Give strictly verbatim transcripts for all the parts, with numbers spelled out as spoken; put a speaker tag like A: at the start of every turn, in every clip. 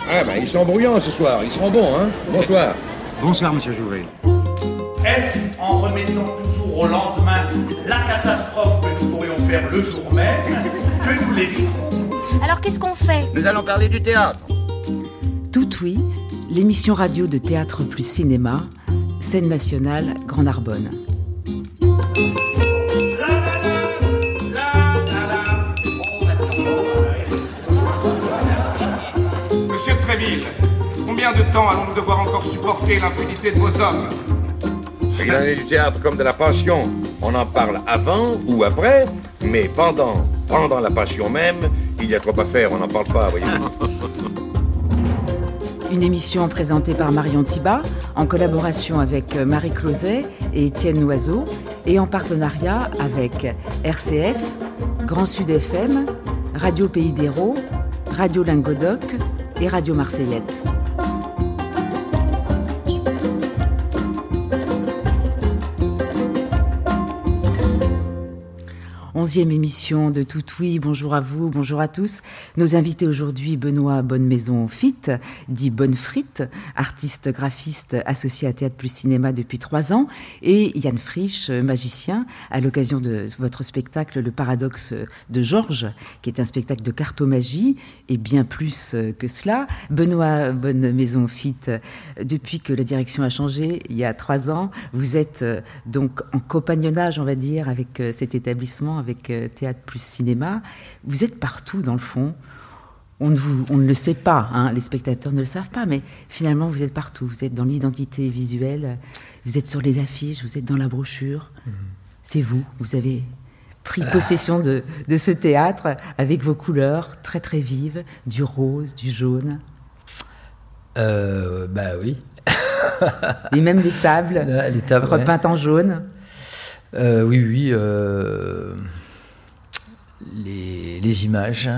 A: Ah ben, ils sont bruyants ce soir, ils seront bons, hein. Bonsoir.
B: Bonsoir, monsieur Jouvet.
C: Est-ce en remettant toujours au lendemain la catastrophe que nous pourrions faire le jour même que nous l'éviterons?
D: Alors qu'est-ce qu'on fait?
B: Nous allons parler du théâtre.
E: Tout oui, l'émission radio de Théâtre plus Cinéma, scène nationale, Grand Narbonne.
F: Monsieur de Tréville, combien de temps allons-nous devoir encore supporter l'impunité de vos hommes?
A: Il en est du théâtre comme de la passion. On en parle avant ou après, mais pendant, pendant la passion même, il y a trop à faire, on n'en parle pas, voyez-vous.
E: Une émission présentée par Marion Thibat, en collaboration avec Marie Closet et Étienne Loiseau, et en partenariat avec R C F, Grand Sud F M, Radio Pays d'Hérault, Radio Lingodoc et Radio Marseillette. Onzième émission de Tout Oui, bonjour à vous, bonjour à tous. Nos invités aujourd'hui, Benoît Bonnemaison-Fitt, dit Bonne Fritte, artiste graphiste associé à Théâtre plus Cinéma depuis trois ans, et Yann Frisch, magicien, à l'occasion de votre spectacle Le Paradoxe de Georges, qui est un spectacle de cartomagie, et bien plus que cela. Benoît Bonnemaison-Fitt, depuis que la direction a changé, il y a trois ans, vous êtes donc en compagnonnage, on va dire, avec cet établissement, avec Théâtre plus Cinéma. Vous êtes partout, dans le fond. On ne, vous, on ne le sait pas, hein, les spectateurs ne le savent pas, mais finalement, vous êtes partout. Vous êtes dans l'identité visuelle, vous êtes sur les affiches, vous êtes dans la brochure. Mmh. C'est vous, vous avez pris possession de, de ce théâtre avec vos couleurs très très vives, du rose, du jaune.
G: Euh, bah oui.
E: Et même les tables,
G: les tables
E: repeintes ouais. en jaune.
G: Euh, oui, oui. Euh, les, les images,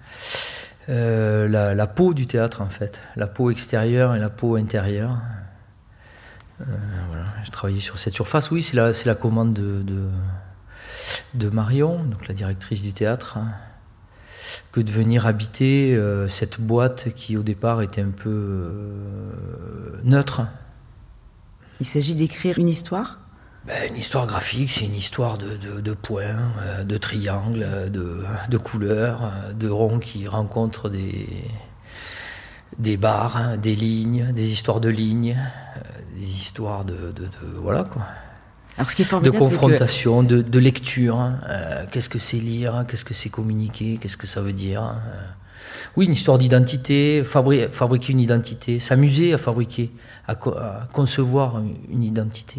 G: euh, la, la peau du théâtre en fait, la peau extérieure et la peau intérieure. Euh, voilà, j'ai travaillé sur cette surface. Oui, c'est la, c'est la commande de, de, de Marion, donc la directrice du théâtre, hein, que de venir habiter euh, cette boîte qui au départ était un peu euh, neutre.
E: Il s'agit d'écrire une histoire ?
G: Ben, une histoire graphique, c'est une histoire de, de, de points, de triangles, de, de couleurs, de ronds qui rencontrent des, des barres, des lignes, des histoires de lignes, des histoires de, de, de voilà quoi.
E: Alors, ce qui est formidable,
G: de confrontation,
E: c'est que...
G: de, de lecture. Euh, qu'est-ce que c'est lire? Qu'est-ce que c'est communiquer? Qu'est-ce que ça veut dire? euh, Oui, une histoire d'identité, fabri- fabriquer une identité, s'amuser à fabriquer, à, co- à concevoir une, une identité.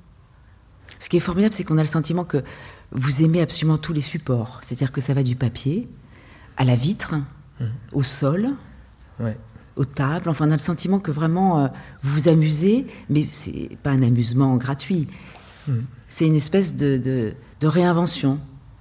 E: Ce qui est formidable, c'est qu'on a le sentiment que vous aimez absolument tous les supports. C'est-à-dire que ça va du papier à la vitre, mmh. au sol,
G: ouais.
E: aux tables. Enfin, on a le sentiment que vraiment euh, vous vous amusez, mais c'est pas un amusement gratuit. Mmh. C'est une espèce de, de, de réinvention.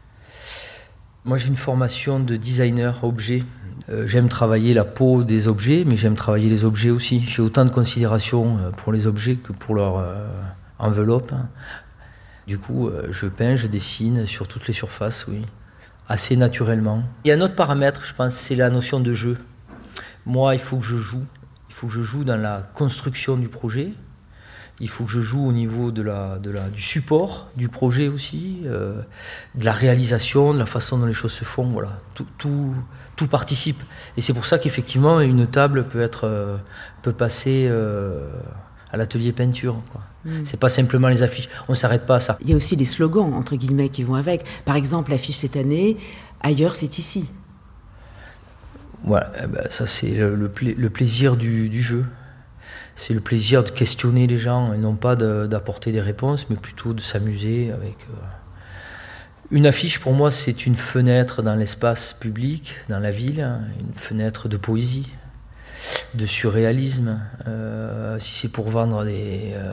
G: Moi, j'ai une formation de designer objet. Euh, j'aime travailler la peau des objets, mais j'aime travailler les objets aussi. J'ai autant de considération pour les objets que pour leur euh, enveloppe. Du coup, euh, je peins, je dessine sur toutes les surfaces, oui, assez naturellement. Il y a un autre paramètre, je pense, c'est la notion de jeu. Moi, il faut que je joue. Il faut que je joue dans la construction du projet. Il faut que je joue au niveau de la, de la, du support du projet aussi, euh, de la réalisation, de la façon dont les choses se font. Voilà. Tout, tout, tout participe. Et c'est pour ça qu'effectivement, une table peut, être, euh, peut passer euh, à l'atelier peinture, quoi. Mmh. C'est pas simplement les affiches, on ne s'arrête pas à ça.
E: Il y a aussi les slogans, entre guillemets, qui vont avec. Par exemple, l'affiche cette année, ailleurs c'est ici.
G: Voilà, eh ben, ça c'est le, le, pla- le plaisir du, du jeu. C'est le plaisir de questionner les gens, et non pas de, d'apporter des réponses, mais plutôt de s'amuser avec... Euh... Une affiche, pour moi, c'est une fenêtre dans l'espace public, dans la ville, une fenêtre de poésie, de surréalisme. Euh, si c'est pour vendre des, euh,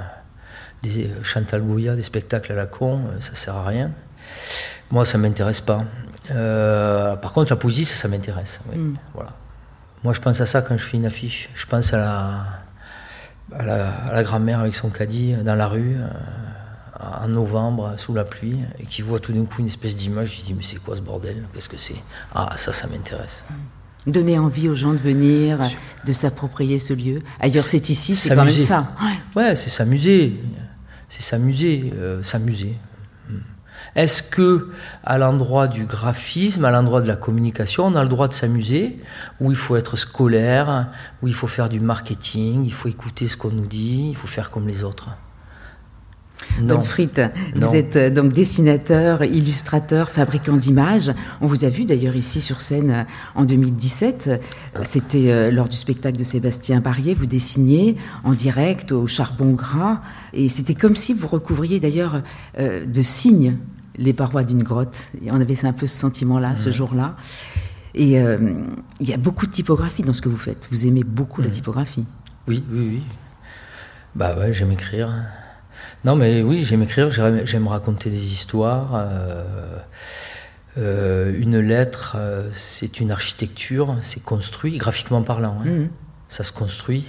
G: des Chantal Goya, des spectacles à la con, ça sert à rien. Moi, ça m'intéresse pas. Euh, par contre, la poésie, ça, ça m'intéresse. Oui. Mm. Voilà. Moi, je pense à ça quand je fais une affiche. Je pense à la, à la, à la grand-mère avec son caddie dans la rue, euh, en novembre, sous la pluie, et qui voit tout d'un coup une espèce d'image. Je dis, mais c'est quoi ce bordel? Qu'est-ce que c'est? Ah, ça, ça m'intéresse. Mm.
E: Donner envie aux gens de venir, de s'approprier ce lieu. Ailleurs, c'est ici, c'est quand même ça.
G: Ouais, ouais c'est s'amuser. C'est s'amuser, euh, s'amuser. Est-ce que, à l'endroit du graphisme, à l'endroit de la communication, on a le droit de s'amuser, où il faut être scolaire, où il faut faire du marketing, il faut écouter ce qu'on nous dit, il faut faire comme les autres?
E: Bonne-Fritte, vous êtes donc dessinateur, illustrateur, fabricant d'images. On vous a vu d'ailleurs ici sur scène en deux mille dix-sept. C'était lors du spectacle de Sébastien Barrier. Vous dessiniez en direct au charbon gras. Et c'était comme si vous recouvriez d'ailleurs euh, de signes les parois d'une grotte. Et on avait un peu ce sentiment-là, ce mmh. jour-là. Et il euh, y a beaucoup de typographie dans ce que vous faites. Vous aimez beaucoup mmh. la typographie.
G: Oui, oui, oui. Bah ouais, j'aime écrire. Non, mais oui, j'aime écrire, j'aime, j'aime raconter des histoires. Euh, euh, une lettre, euh, c'est une architecture, c'est construit, graphiquement parlant. Hein. Mmh. Ça se construit.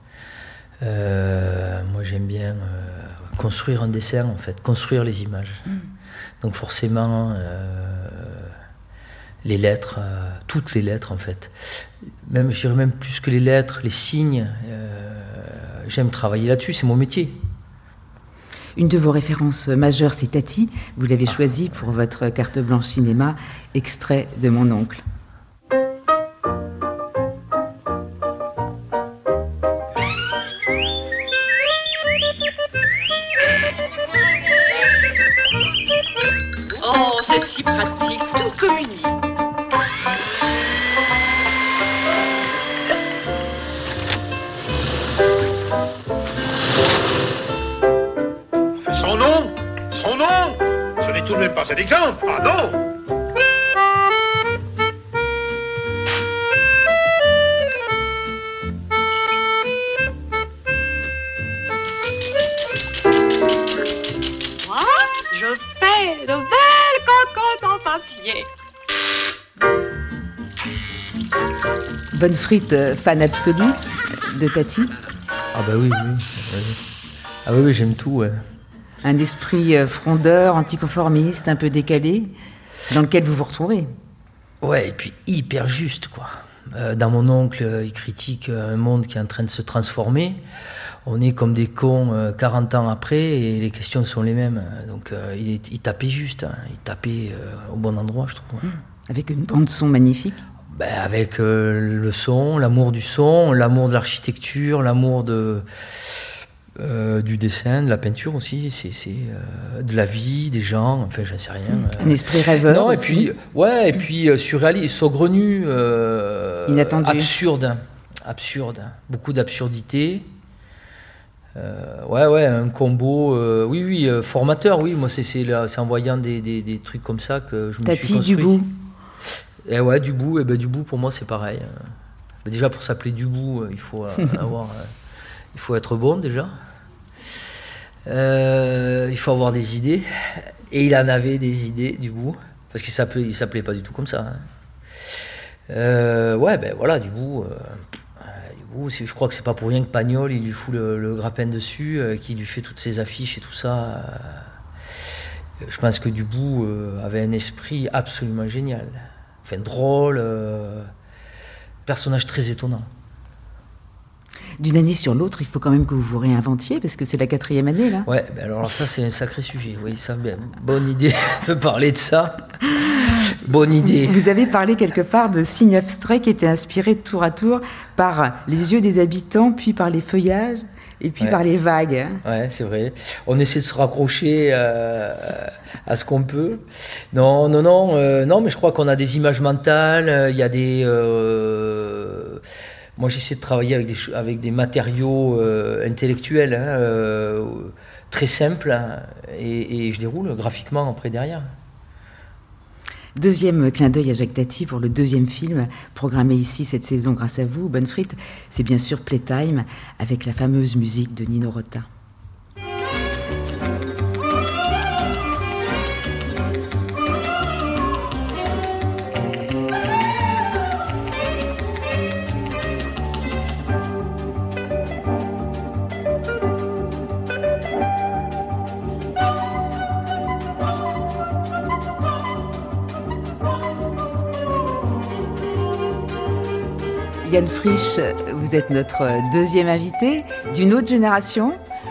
G: Euh, moi, j'aime bien euh, construire un dessin, en fait, construire les images. Mmh. Donc forcément, euh, les lettres, euh, toutes les lettres, en fait. Même, je dirais même plus que les lettres, les signes. Euh, j'aime travailler là-dessus, c'est mon métier.
E: Une de vos références majeures, c'est Tati. Vous l'avez choisie pour votre carte blanche cinéma, extrait de Mon oncle.
D: Oh, c'est si pratique, tout communique.
A: Son nom Son nom Ce n'est tout de même pas un exemple. Ah non.
D: Moi, je fais de belles cocottes en papier.
E: Bonne-Fritte, fan absolu de Tati?
G: Ah bah oui, oui. oui. Ah oui, oui, j'aime tout, ouais.
E: Un esprit frondeur, anticonformiste, un peu décalé, dans lequel vous vous retrouvez.
G: Ouais, et puis hyper juste, quoi. Euh, dans Mon oncle, il critique un monde qui est en train de se transformer. On est comme des cons euh, quarante ans après et les questions sont les mêmes. Donc euh, il, est, il tapait juste, hein. Il tapait euh, au bon endroit, je trouve.
E: Mmh. Avec une bande-son magnifique.
G: Ben, avec euh, le son, l'amour du son, l'amour de l'architecture, l'amour de... Euh, du dessin, de la peinture aussi, c'est, c'est euh, de la vie, des gens, enfin j'en sais rien.
E: Un esprit rêveur.
G: Non, et
E: aussi.
G: puis ouais, et puis euh, surréaliste, saugrenu, euh,
E: inattendu,
G: absurde, absurde, beaucoup d'absurdité. Euh, ouais, ouais, un combo, euh, oui, oui, euh, formateur, oui. Moi, c'est, c'est, là, c'est en voyant des, des, des trucs comme ça que je me
E: Tati,
G: suis construit.
E: Dubout.
G: Et ouais, Dubout, et ben Dubout pour moi c'est pareil. Euh, déjà pour s'appeler Dubout, il faut euh, avoir. Euh, Il faut être bon déjà. Euh, il faut avoir des idées. Et il en avait des idées, Dubout. Parce qu'il s'appelait, il s'appelait pas du tout comme ça. Hein. Euh, ouais, ben voilà, Dubout. Euh, Dubout, c'est, je crois que c'est pas pour rien que Pagnol, il lui fout le, le grappin dessus, euh, qu'il lui fait toutes ses affiches et tout ça. Euh, je pense que Dubout euh, avait un esprit absolument génial. Enfin, drôle. Euh, personnage très étonnant.
E: D'une année sur l'autre, il faut quand même que vous vous réinventiez, parce que c'est la quatrième année, là.
G: Ouais, ben alors ça, c'est un sacré sujet. Oui, ça, ben, bonne idée de parler de ça. Bonne idée.
E: Vous avez parlé quelque part de signes abstraits qui étaient inspirés tour à tour par les yeux des habitants, puis par les feuillages, et puis ouais. par les vagues. Hein.
G: Ouais, c'est vrai. On essaie de se raccrocher euh, à ce qu'on peut. Non, non, non, euh, non, mais je crois qu'on a des images mentales, il y a des... Euh, Moi, j'essaie de travailler avec des, avec des matériaux euh, intellectuels, hein, euh, très simples, hein, et, et je déroule graphiquement après derrière.
E: Deuxième clin d'œil à Jacques Tati pour le deuxième film, programmé ici cette saison grâce à vous, Bonne-Fritte, c'est bien sûr Playtime, avec la fameuse musique de Nino Rota. Yann Frisch, vous êtes notre deuxième invité d'une autre génération.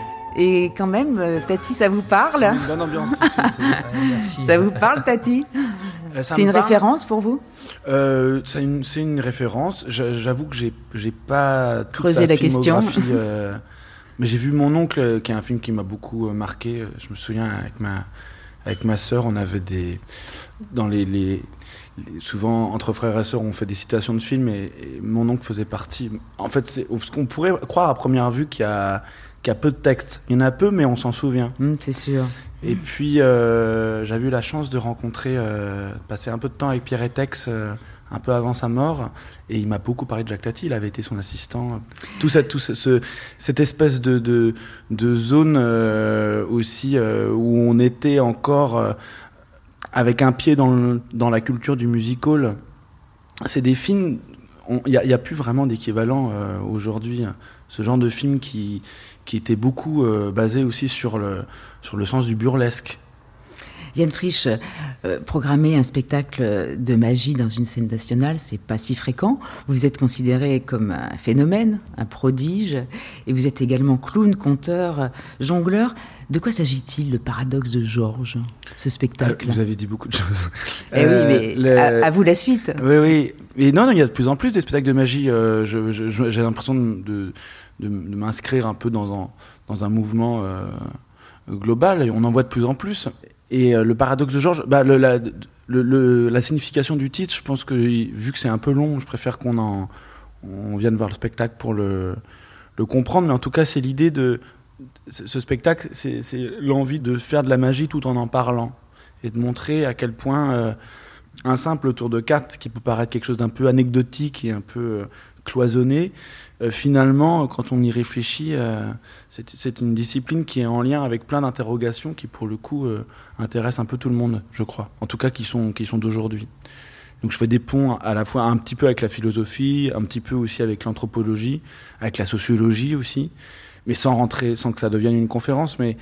E: Et quand même, Tati, ça vous parle ?
H: C'est une bonne ambiance tout de suite. C'est... Ouais,
E: merci. Ça vous parle, Tati ? euh, C'est une parle. référence pour vous ?
H: euh, c'est, une, c'est une référence. J'avoue que j'ai, j'ai pas toute
E: creusé
H: sa
E: la question.
H: Euh, mais j'ai vu Mon oncle, qui est un film qui m'a beaucoup marqué. Je me souviens, avec ma, avec ma sœur, on avait des... Dans les... les souvent, entre frères et sœurs, on fait des citations de films et, et Mon oncle faisait partie. En fait, c'est, parce qu'on pourrait croire à première vue qu'il y a, qu'il y a peu de textes. Il y en a peu, mais on s'en souvient.
E: Mmh, c'est sûr.
H: Et puis, euh, j'avais eu la chance de rencontrer, euh, passer un peu de temps avec Pierre Etex, euh, un peu avant sa mort. Et il m'a beaucoup parlé de Jacques Tati. Il avait été son assistant. Tout cette, tout ce, ce, cette espèce de, de, de zone euh, aussi euh, où on était encore... Euh, avec un pied dans, le, dans la culture du musical. C'est des films... Il n'y a, a plus vraiment d'équivalent euh, aujourd'hui. Ce genre de film qui, qui était beaucoup euh, basé aussi sur le, sur le sens du burlesque.
E: Yann Frisch, euh, programmer un spectacle de magie dans une scène nationale, c'est pas si fréquent. Vous êtes considéré comme un phénomène, un prodige, et vous êtes également clown, conteur, jongleur. De quoi s'agit-il, le paradoxe de Georges, ce spectacle ?
H: euh, Vous avez dit beaucoup de choses.
E: Eh euh, oui, mais le... à, à vous la suite.
H: Oui, oui. Et non, non, il y a de plus en plus des spectacles de magie. Euh, je, je, j'ai l'impression de, de, de, de m'inscrire un peu dans, dans, dans un mouvement euh, global. On en voit de plus en plus. Et euh, le paradoxe de Georges, bah, le, la, le, le, la signification du titre, je pense que vu que c'est un peu long, je préfère qu'on en, on vienne voir le spectacle pour le, le comprendre. Mais en tout cas, c'est l'idée de... Ce spectacle, c'est, c'est l'envie de faire de la magie tout en en parlant. Et de montrer à quel point euh, un simple tour de cartes, qui peut paraître quelque chose d'un peu anecdotique et un peu euh, cloisonné, euh, finalement, quand on y réfléchit, euh, c'est, c'est une discipline qui est en lien avec plein d'interrogations qui, pour le coup, euh, intéressent un peu tout le monde, je crois. En tout cas, qui sont, qui sont d'aujourd'hui. Donc je fais des ponts à la fois un petit peu avec la philosophie, un petit peu aussi avec l'anthropologie, avec la sociologie aussi, mais sans rentrer, sans que ça devienne une conférence, mais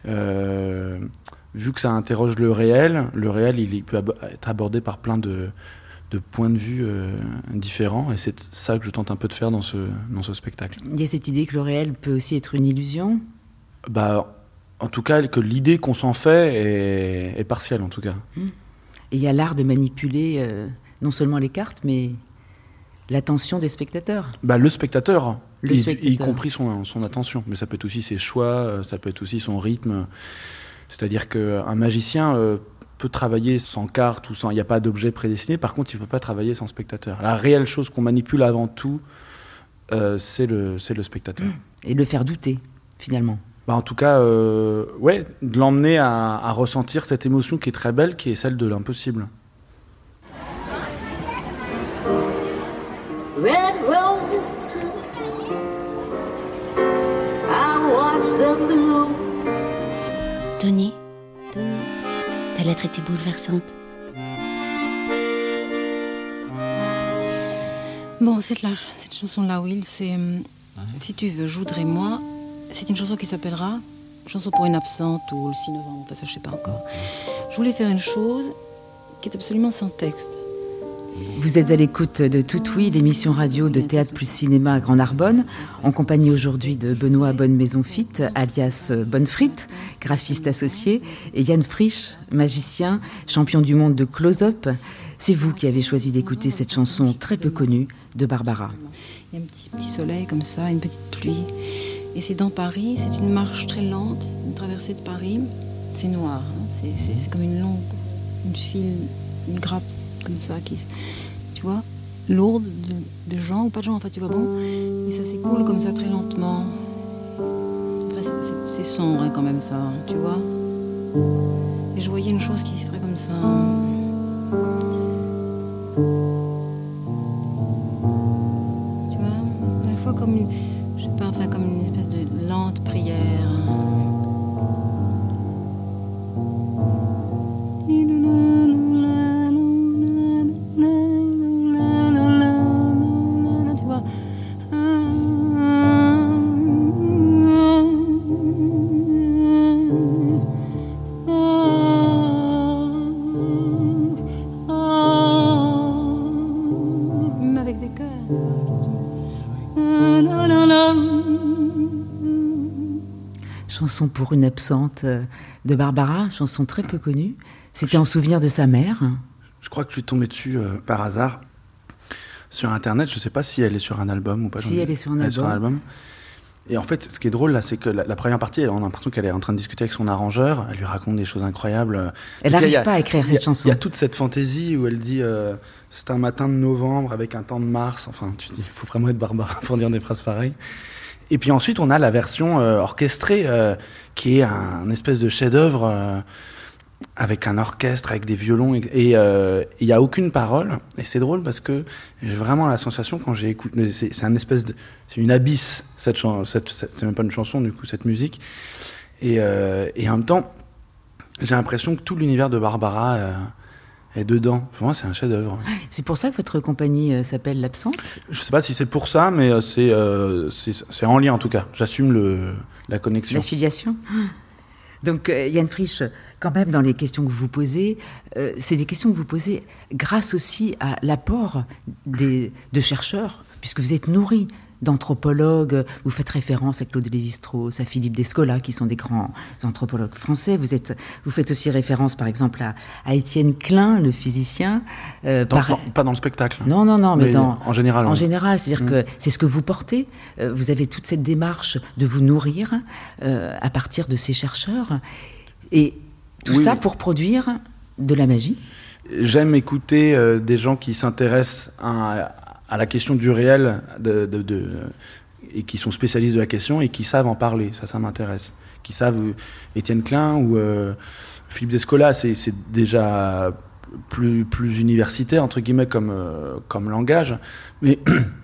H: euh, vu que ça interroge le réel, le réel il, il peut ab- être abordé par plein de, de points de vue euh, différents, et c'est ça que je tente un peu de faire dans ce, dans ce spectacle.
E: Il y a cette idée que le réel peut aussi être une illusion ?
H: Bah, en tout cas, que l'idée qu'on s'en fait est, est partielle, en tout cas.
E: Et il y a l'art de manipuler euh, non seulement les cartes, mais l'attention des spectateurs.
H: Bah, le spectateur,
E: le
H: y,
E: spectateur.
H: y compris son, son attention. Mais ça peut être aussi ses choix, ça peut être aussi son rythme. C'est-à-dire qu'un magicien euh, peut travailler sans carte ou sans... Il n'y a pas d'objet prédestiné. Par contre, il ne peut pas travailler sans spectateur. La réelle chose qu'on manipule avant tout, euh, c'est, le, c'est le spectateur.
E: Et le faire douter, finalement.
H: Bah, en tout cas, euh, ouais, de l'emmener à, à ressentir cette émotion qui est très belle, qui est celle de l'impossible.
I: Red roses too, I watch them bloom.
J: Tony, Tony, ta lettre était bouleversante.
K: Bon, cette, là, cette chanson-là, Will, c'est euh, si tu veux, je voudrais moi. C'est une chanson qui s'appellera Chanson pour une absente ou le six novembre, enfin ça je sais pas encore. Je voulais faire une chose qui est absolument sans texte.
E: Vous êtes à l'écoute de Tout Oui, l'émission radio de Théâtre plus Cinéma à Grand-Narbonne, en compagnie aujourd'hui de Benoît Bonne-Maison-Fitte, alias Bonnefritte, graphiste associé, et Yann Frisch, magicien, champion du monde de close-up. C'est vous qui avez choisi d'écouter cette chanson très peu connue de Barbara.
K: Il y a un petit, petit soleil comme ça, une petite pluie. Et c'est dans Paris, c'est une marche très lente, une traversée de Paris. C'est noir, hein, c'est, c'est, c'est comme une longue, une file, une grappe comme ça, qui, tu vois, lourde de, de gens ou pas de gens, enfin tu vois, bon. Et ça s'écoule comme ça très lentement. Enfin, c'est, c'est, c'est sombre hein, quand même ça, tu vois. Et je voyais une chose qui se ferait comme ça. Tu vois, à la fois comme une... Je sais pas, enfin comme une espèce de lente prière. Tu vois.
E: chanson pour une absente de Barbara, chanson très peu connue. C'était en souvenir de sa mère.
H: Je crois que je suis tombé dessus euh, par hasard sur Internet. Je ne sais pas si elle est sur un album ou pas.
E: Si, elle est sur un
H: elle
E: album.
H: Est sur un album. Et en fait, ce qui est drôle là, c'est que la, la première partie, on a l'impression qu'elle est en train de discuter avec son arrangeur. Elle lui raconte des choses incroyables.
E: Elle n'arrive pas à écrire cette
H: a,
E: chanson.
H: Il y a toute cette fantaisie où elle dit euh, c'est un matin de novembre avec un temps de mars. Enfin, tu dis, il faut vraiment être Barbara pour dire des phrases pareilles. Et puis ensuite, on a la version euh, orchestrée euh, qui est un, un espèce de chef-d'œuvre euh, avec un orchestre, avec des violons. Et il euh, n'y a aucune parole. Et c'est drôle parce que j'ai vraiment la sensation quand j'ai écouté. C'est, c'est un espèce de. C'est une abysse, cette chanson. Cette, cette, c'est même pas une chanson, du coup, cette musique. Et, euh, et en même temps, j'ai l'impression que tout l'univers de Barbara euh, est dedans. Pour moi, c'est un chef-d'œuvre.
E: C'est pour ça que votre compagnie euh, s'appelle L'Absente ?
H: Je sais pas si c'est pour ça, mais c'est, euh, c'est, c'est en lien en tout cas. J'assume le, la connexion.
E: La filiation. Donc, euh, Yann Frisch, quand même, dans les questions que vous posez, euh, c'est des questions que vous posez grâce aussi à l'apport des, de chercheurs, puisque vous êtes nourri d'anthropologues. Vous faites référence à Claude Lévi-Strauss, à Philippe Descola, qui sont des grands anthropologues français. Vous, êtes, vous faites aussi référence, par exemple, à, à Étienne Klein, le physicien.
H: Euh, dans, par... dans, pas dans le spectacle.
E: Non, non, non, mais, mais dans,
H: en général.
E: En
H: oui.
E: général, c'est-à-dire
H: mmh.
E: que c'est ce que vous portez. Euh, vous avez toute cette démarche de vous nourrir euh, à partir de ces chercheurs. Et tout oui, ça pour produire de la magie.
H: J'aime écouter euh, des gens qui s'intéressent à, à la question du réel de, de, de, et qui sont spécialistes de la question et qui savent en parler. Ça, ça m'intéresse. Qui savent, euh, Étienne Klein ou euh, Philippe Descola, c'est, c'est déjà plus, plus universitaire, entre guillemets, comme, euh, comme langage. Mais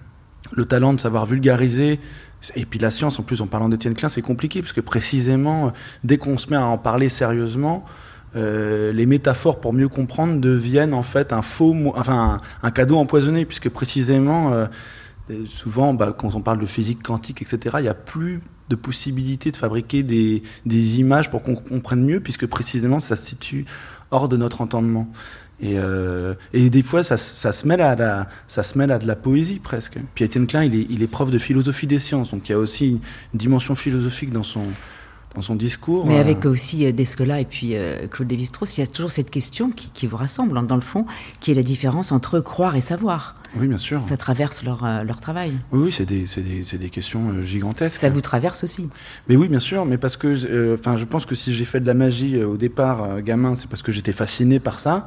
H: le talent de savoir vulgariser. Et puis la science, en plus, en parlant d'Étienne Klein, c'est compliqué, parce que précisément, dès qu'on se met à en parler sérieusement, euh, les métaphores pour mieux comprendre deviennent en fait un faux, enfin un, un cadeau empoisonné, puisque précisément, euh, souvent, bah, quand on parle de physique quantique, et cetera, il n'y a plus de possibilité de fabriquer des, des images pour qu'on comprenne mieux, puisque précisément, ça se situe hors de notre entendement. Et, euh, et des fois, ça, ça, se mêle à la, ça se mêle à de la poésie, presque. Puis Étienne Klein, il est, il est prof de philosophie des sciences, donc il y a aussi une dimension philosophique dans son, dans son discours.
E: Mais avec euh... aussi Descola et puis euh, Claude Lévi-Strauss, il y a toujours cette question qui, qui vous rassemble, dans le fond, qui est la différence entre croire et savoir.
H: Oui, bien sûr.
E: Ça traverse leur, euh, leur travail.
H: Oui, oui, c'est des, c'est des, c'est des questions euh, gigantesques.
E: Ça vous traverse aussi.
H: Mais oui, bien sûr, mais parce que, enfin, euh, je pense que si j'ai fait de la magie euh, au départ, euh, gamin, c'est parce que j'étais fasciné par ça.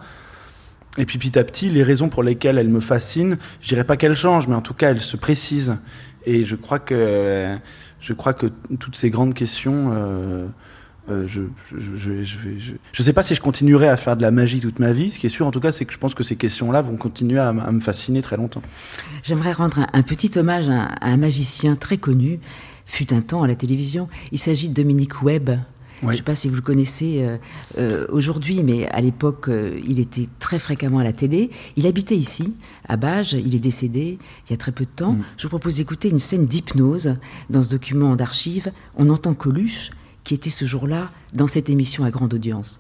H: Et puis petit à petit, les raisons pour lesquelles elle me fascine, je dirais pas qu'elles changent, mais en tout cas, elles se précisent. Et je crois que, je crois que toutes ces grandes questions, euh, euh, je, je, je, je, je, je sais pas si je continuerai à faire de la magie toute ma vie. Ce qui est sûr, en tout cas, c'est que je pense que ces questions-là vont continuer à, à me fasciner très longtemps.
E: J'aimerais rendre un, un petit hommage à, à un magicien très connu, fut un temps à la télévision. Il s'agit de Dominique Webb. Oui. Je ne sais pas si vous le connaissez euh, euh, aujourd'hui, mais à l'époque, euh, il était très fréquemment à la télé. Il habitait ici, à Bages. Il est décédé il y a très peu de temps. Mmh. Je vous propose d'écouter une scène d'hypnose dans ce document d'archives. On entend Coluche, qui était ce jour-là dans cette émission à grande audience.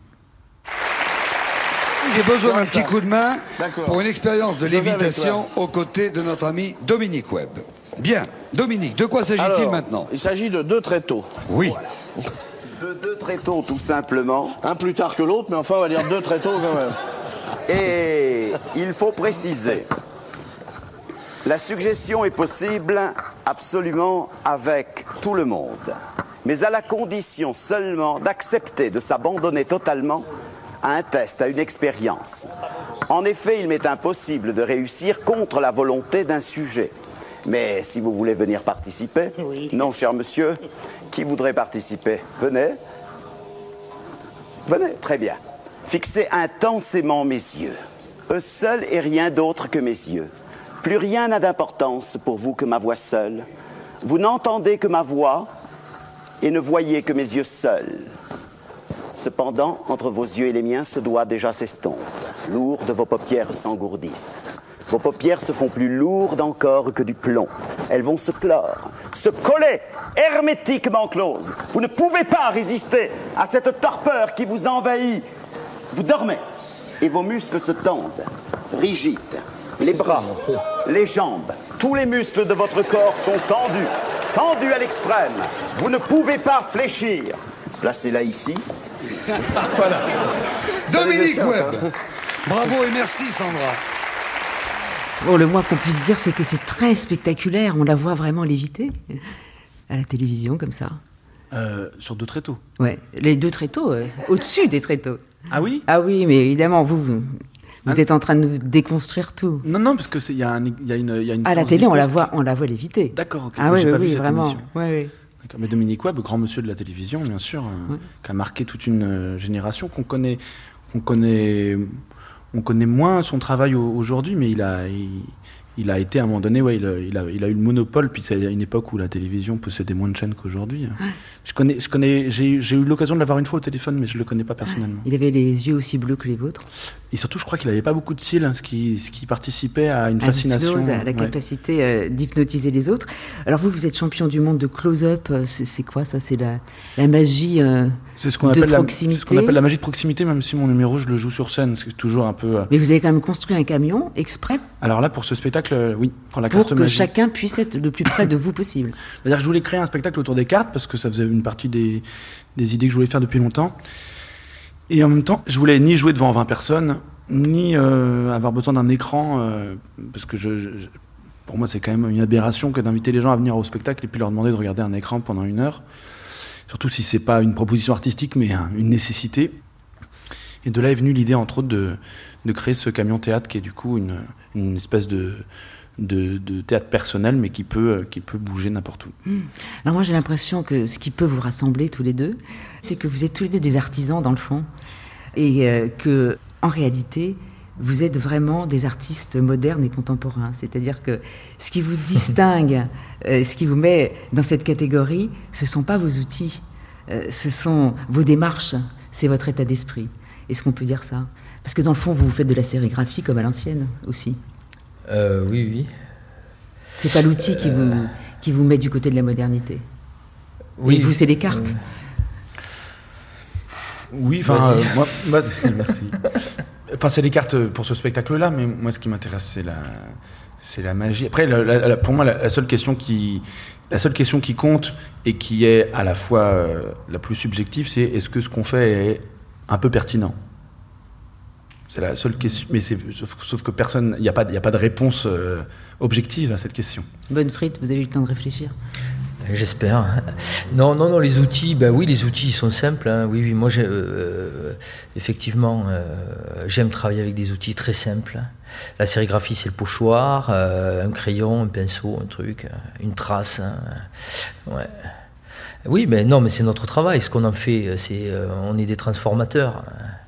L: J'ai besoin d'un petit coup de main D'accord. pour une expérience de Je lévitation aux côtés de notre ami Dominique Webb. Bien, Dominique, de quoi s'agit-il
M: Alors,
L: maintenant?
M: Il s'agit de deux tréteaux.
L: Oui.
M: Voilà. De deux tréteaux, tout simplement. Un plus tard que l'autre, mais enfin, on va dire deux tréteaux quand même. Et il faut préciser, la suggestion est possible absolument avec tout le monde, mais à la condition seulement d'accepter de s'abandonner totalement à un test, à une expérience. En effet, il m'est impossible de réussir contre la volonté d'un sujet. Mais si vous voulez venir participer, oui. Non, cher monsieur, qui voudrait participer? Venez. Venez, très bien. Fixez intensément mes yeux. Eux seuls et rien d'autre que mes yeux. Plus rien n'a d'importance pour vous que ma voix seule. Vous n'entendez que ma voix et ne voyez que mes yeux seuls. Cependant, entre vos yeux et les miens, ce doigt déjà s'estompe. Lourdes, vos paupières s'engourdissent. Vos paupières se font plus lourdes encore que du plomb. Elles vont se clore, se coller, hermétiquement closes. Vous ne pouvez pas résister à cette torpeur qui vous envahit. Vous dormez et vos muscles se tendent, rigides. Les bras, les jambes, tous les muscles de votre corps sont tendus. tendue à l'extrême. Vous ne pouvez pas fléchir. Placez-la ici.
L: Voilà. Dominique
M: escomptes,
L: Webb.
M: hein.
L: Bravo et merci Sandra.
E: Bon, le moins qu'on puisse dire, c'est que c'est très spectaculaire. On la voit vraiment léviter à la télévision, comme ça.
H: Euh, sur deux tréteaux.
E: Ouais, les deux tréteaux, euh, au-dessus des tréteaux.
H: Ah oui ?
E: Ah oui, mais évidemment, vous, vous, vous
H: ah.
E: êtes en train de nous déconstruire tout.
H: Non, non, parce que c'est il y a un, il y a une, il y a une.
E: À la télé, on la voit, on la voit léviter.
H: D'accord. Ok.
E: Ah oui,
H: j'ai
E: oui,
H: pas
E: oui,
H: vu cette
E: vraiment.
H: émission.
E: Ouais, ouais.
H: D'accord. Mais Dominique Webb, grand monsieur de la télévision, bien sûr, euh,
E: ouais.
H: qui a marqué toute une euh, génération qu'on connaît, qu'on connaît, on connaît moins son travail au, aujourd'hui, mais il a. Il, Il a été à un moment donné, ouais, il a, il a, il a eu le monopole, puis c'est à une époque où la télévision possédait moins de chaînes qu'aujourd'hui. Ouais. Je connais, je connais, j'ai, j'ai eu l'occasion de l'avoir une fois au téléphone, mais je le connais pas personnellement.
E: Il avait les yeux aussi bleus que les vôtres.
H: Et surtout, je crois qu'il avait pas beaucoup de cils, ce qui, ce qui participait à une
E: à
H: fascination.
E: À la
H: ouais.
E: capacité euh, d'hypnotiser les autres. Alors vous, vous êtes champion du monde de close-up. C'est, c'est quoi ça ? C'est la, la magie euh,
H: c'est ce qu'on
E: de
H: appelle
E: proximité.
H: La, c'est ce qu'on appelle la magie de proximité, même si mon numéro, je le joue sur scène. C'est toujours un peu. Euh...
E: Mais vous avez quand même construit un camion exprès.
H: Alors là, pour ce spectacle, euh, oui, pour la
E: pour
H: carte
E: que
H: magie.
E: chacun puisse être le plus près de vous possible.
H: C'est-à-dire que je voulais créer un spectacle autour des cartes parce que ça faisait une partie des, des idées que je voulais faire depuis longtemps. Et en même temps, je voulais ni jouer devant vingt personnes, ni euh, avoir besoin d'un écran, euh, parce que je, je, pour moi, c'est quand même une aberration que d'inviter les gens à venir au spectacle et puis leur demander de regarder un écran pendant une heure. Surtout si c'est pas une proposition artistique, mais hein, une nécessité. Et de là est venue l'idée, entre autres, de, de créer ce camion théâtre qui est du coup une, une espèce de... De, de théâtre personnel, mais qui peut, qui peut bouger n'importe où.
E: Mmh. Alors moi, j'ai l'impression que ce qui peut vous rassembler tous les deux, c'est que vous êtes tous les deux des artisans, dans le fond, et euh, que, en réalité, vous êtes vraiment des artistes modernes et contemporains. C'est-à-dire que ce qui vous distingue, euh, ce qui vous met dans cette catégorie, ce ne sont pas vos outils, euh, ce sont vos démarches, c'est votre état d'esprit. Est-ce qu'on peut dire ça ? Parce que dans le fond, vous faites de la sérigraphie comme à l'ancienne, aussi.
G: Euh, oui, oui.
E: C'est pas l'outil qui, euh... vous, qui vous met du côté de la modernité.
G: Oui.
E: Et vous, c'est les cartes.
H: Euh... Oui, enfin, euh, moi, moi, merci. Enfin, c'est les cartes pour ce spectacle-là, mais moi, ce qui m'intéresse, c'est la, c'est la magie. Après, la, la, la, pour moi, la, la seule question qui, la seule question qui compte et qui est à la fois euh, la plus subjective, c'est est-ce que ce qu'on fait est un peu pertinent ? C'est la seule question, mais c'est, sauf, sauf que personne, il n'y a pas, il n'y a pas de réponse euh, objective à cette question.
E: Bonne frite, vous avez eu le temps de réfléchir ?
G: J'espère. Non, non, non, les outils, ben oui, les outils ils sont simples. Hein. Oui, oui, moi, j'ai, euh, effectivement, euh, j'aime travailler avec des outils très simples. La sérigraphie, c'est le pochoir, euh, un crayon, un pinceau, un truc, une trace. Hein. Ouais. Oui, mais non, mais c'est notre travail. Ce qu'on en fait, c'est, euh, on est des transformateurs.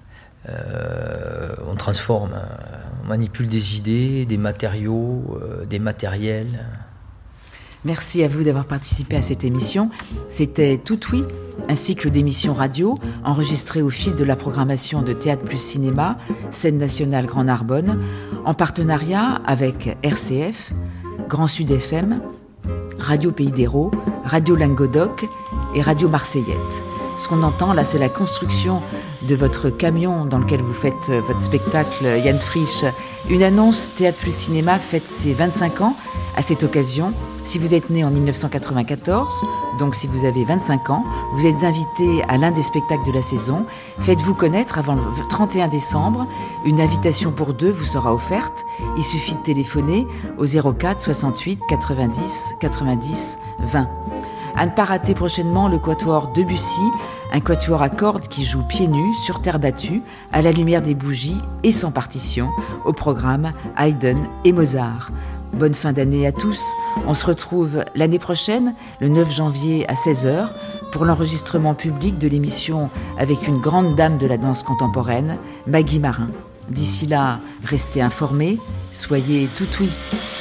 G: Euh, on transforme, on manipule des idées, des matériaux, euh, des matériels.
E: Merci à vous d'avoir participé à cette émission. C'était Tout Oui, un cycle d'émissions radio enregistré au fil de la programmation de Théâtre plus Cinéma, Scène Nationale Grand Narbonne, en partenariat avec R C F, Grand Sud F M, Radio Pays d'Hérault, Radio Languedoc et Radio Marseillette. Ce qu'on entend là, c'est la construction de votre camion dans lequel vous faites votre spectacle Yann Frisch. Une annonce Théâtre plus Cinéma fête ses vingt-cinq ans. À cette occasion, si vous êtes né en dix-neuf cent quatre-vingt-quatorze, donc si vous avez vingt-cinq ans, vous êtes invité à l'un des spectacles de la saison. Faites-vous connaître avant le trente et un décembre. Une invitation pour deux vous sera offerte. Il suffit de téléphoner au zéro quatre soixante-huit quatre-vingt-dix quatre-vingt-dix vingt. À ne pas rater prochainement le quatuor Debussy, un quatuor à cordes qui joue pieds nus, sur terre battue, à la lumière des bougies et sans partition, au programme Haydn et Mozart. Bonne fin d'année à tous. On se retrouve l'année prochaine, le neuf janvier à seize heures, pour l'enregistrement public de l'émission avec une grande dame de la danse contemporaine, Maggie Marin. D'ici là, restez informés, soyez tout oui.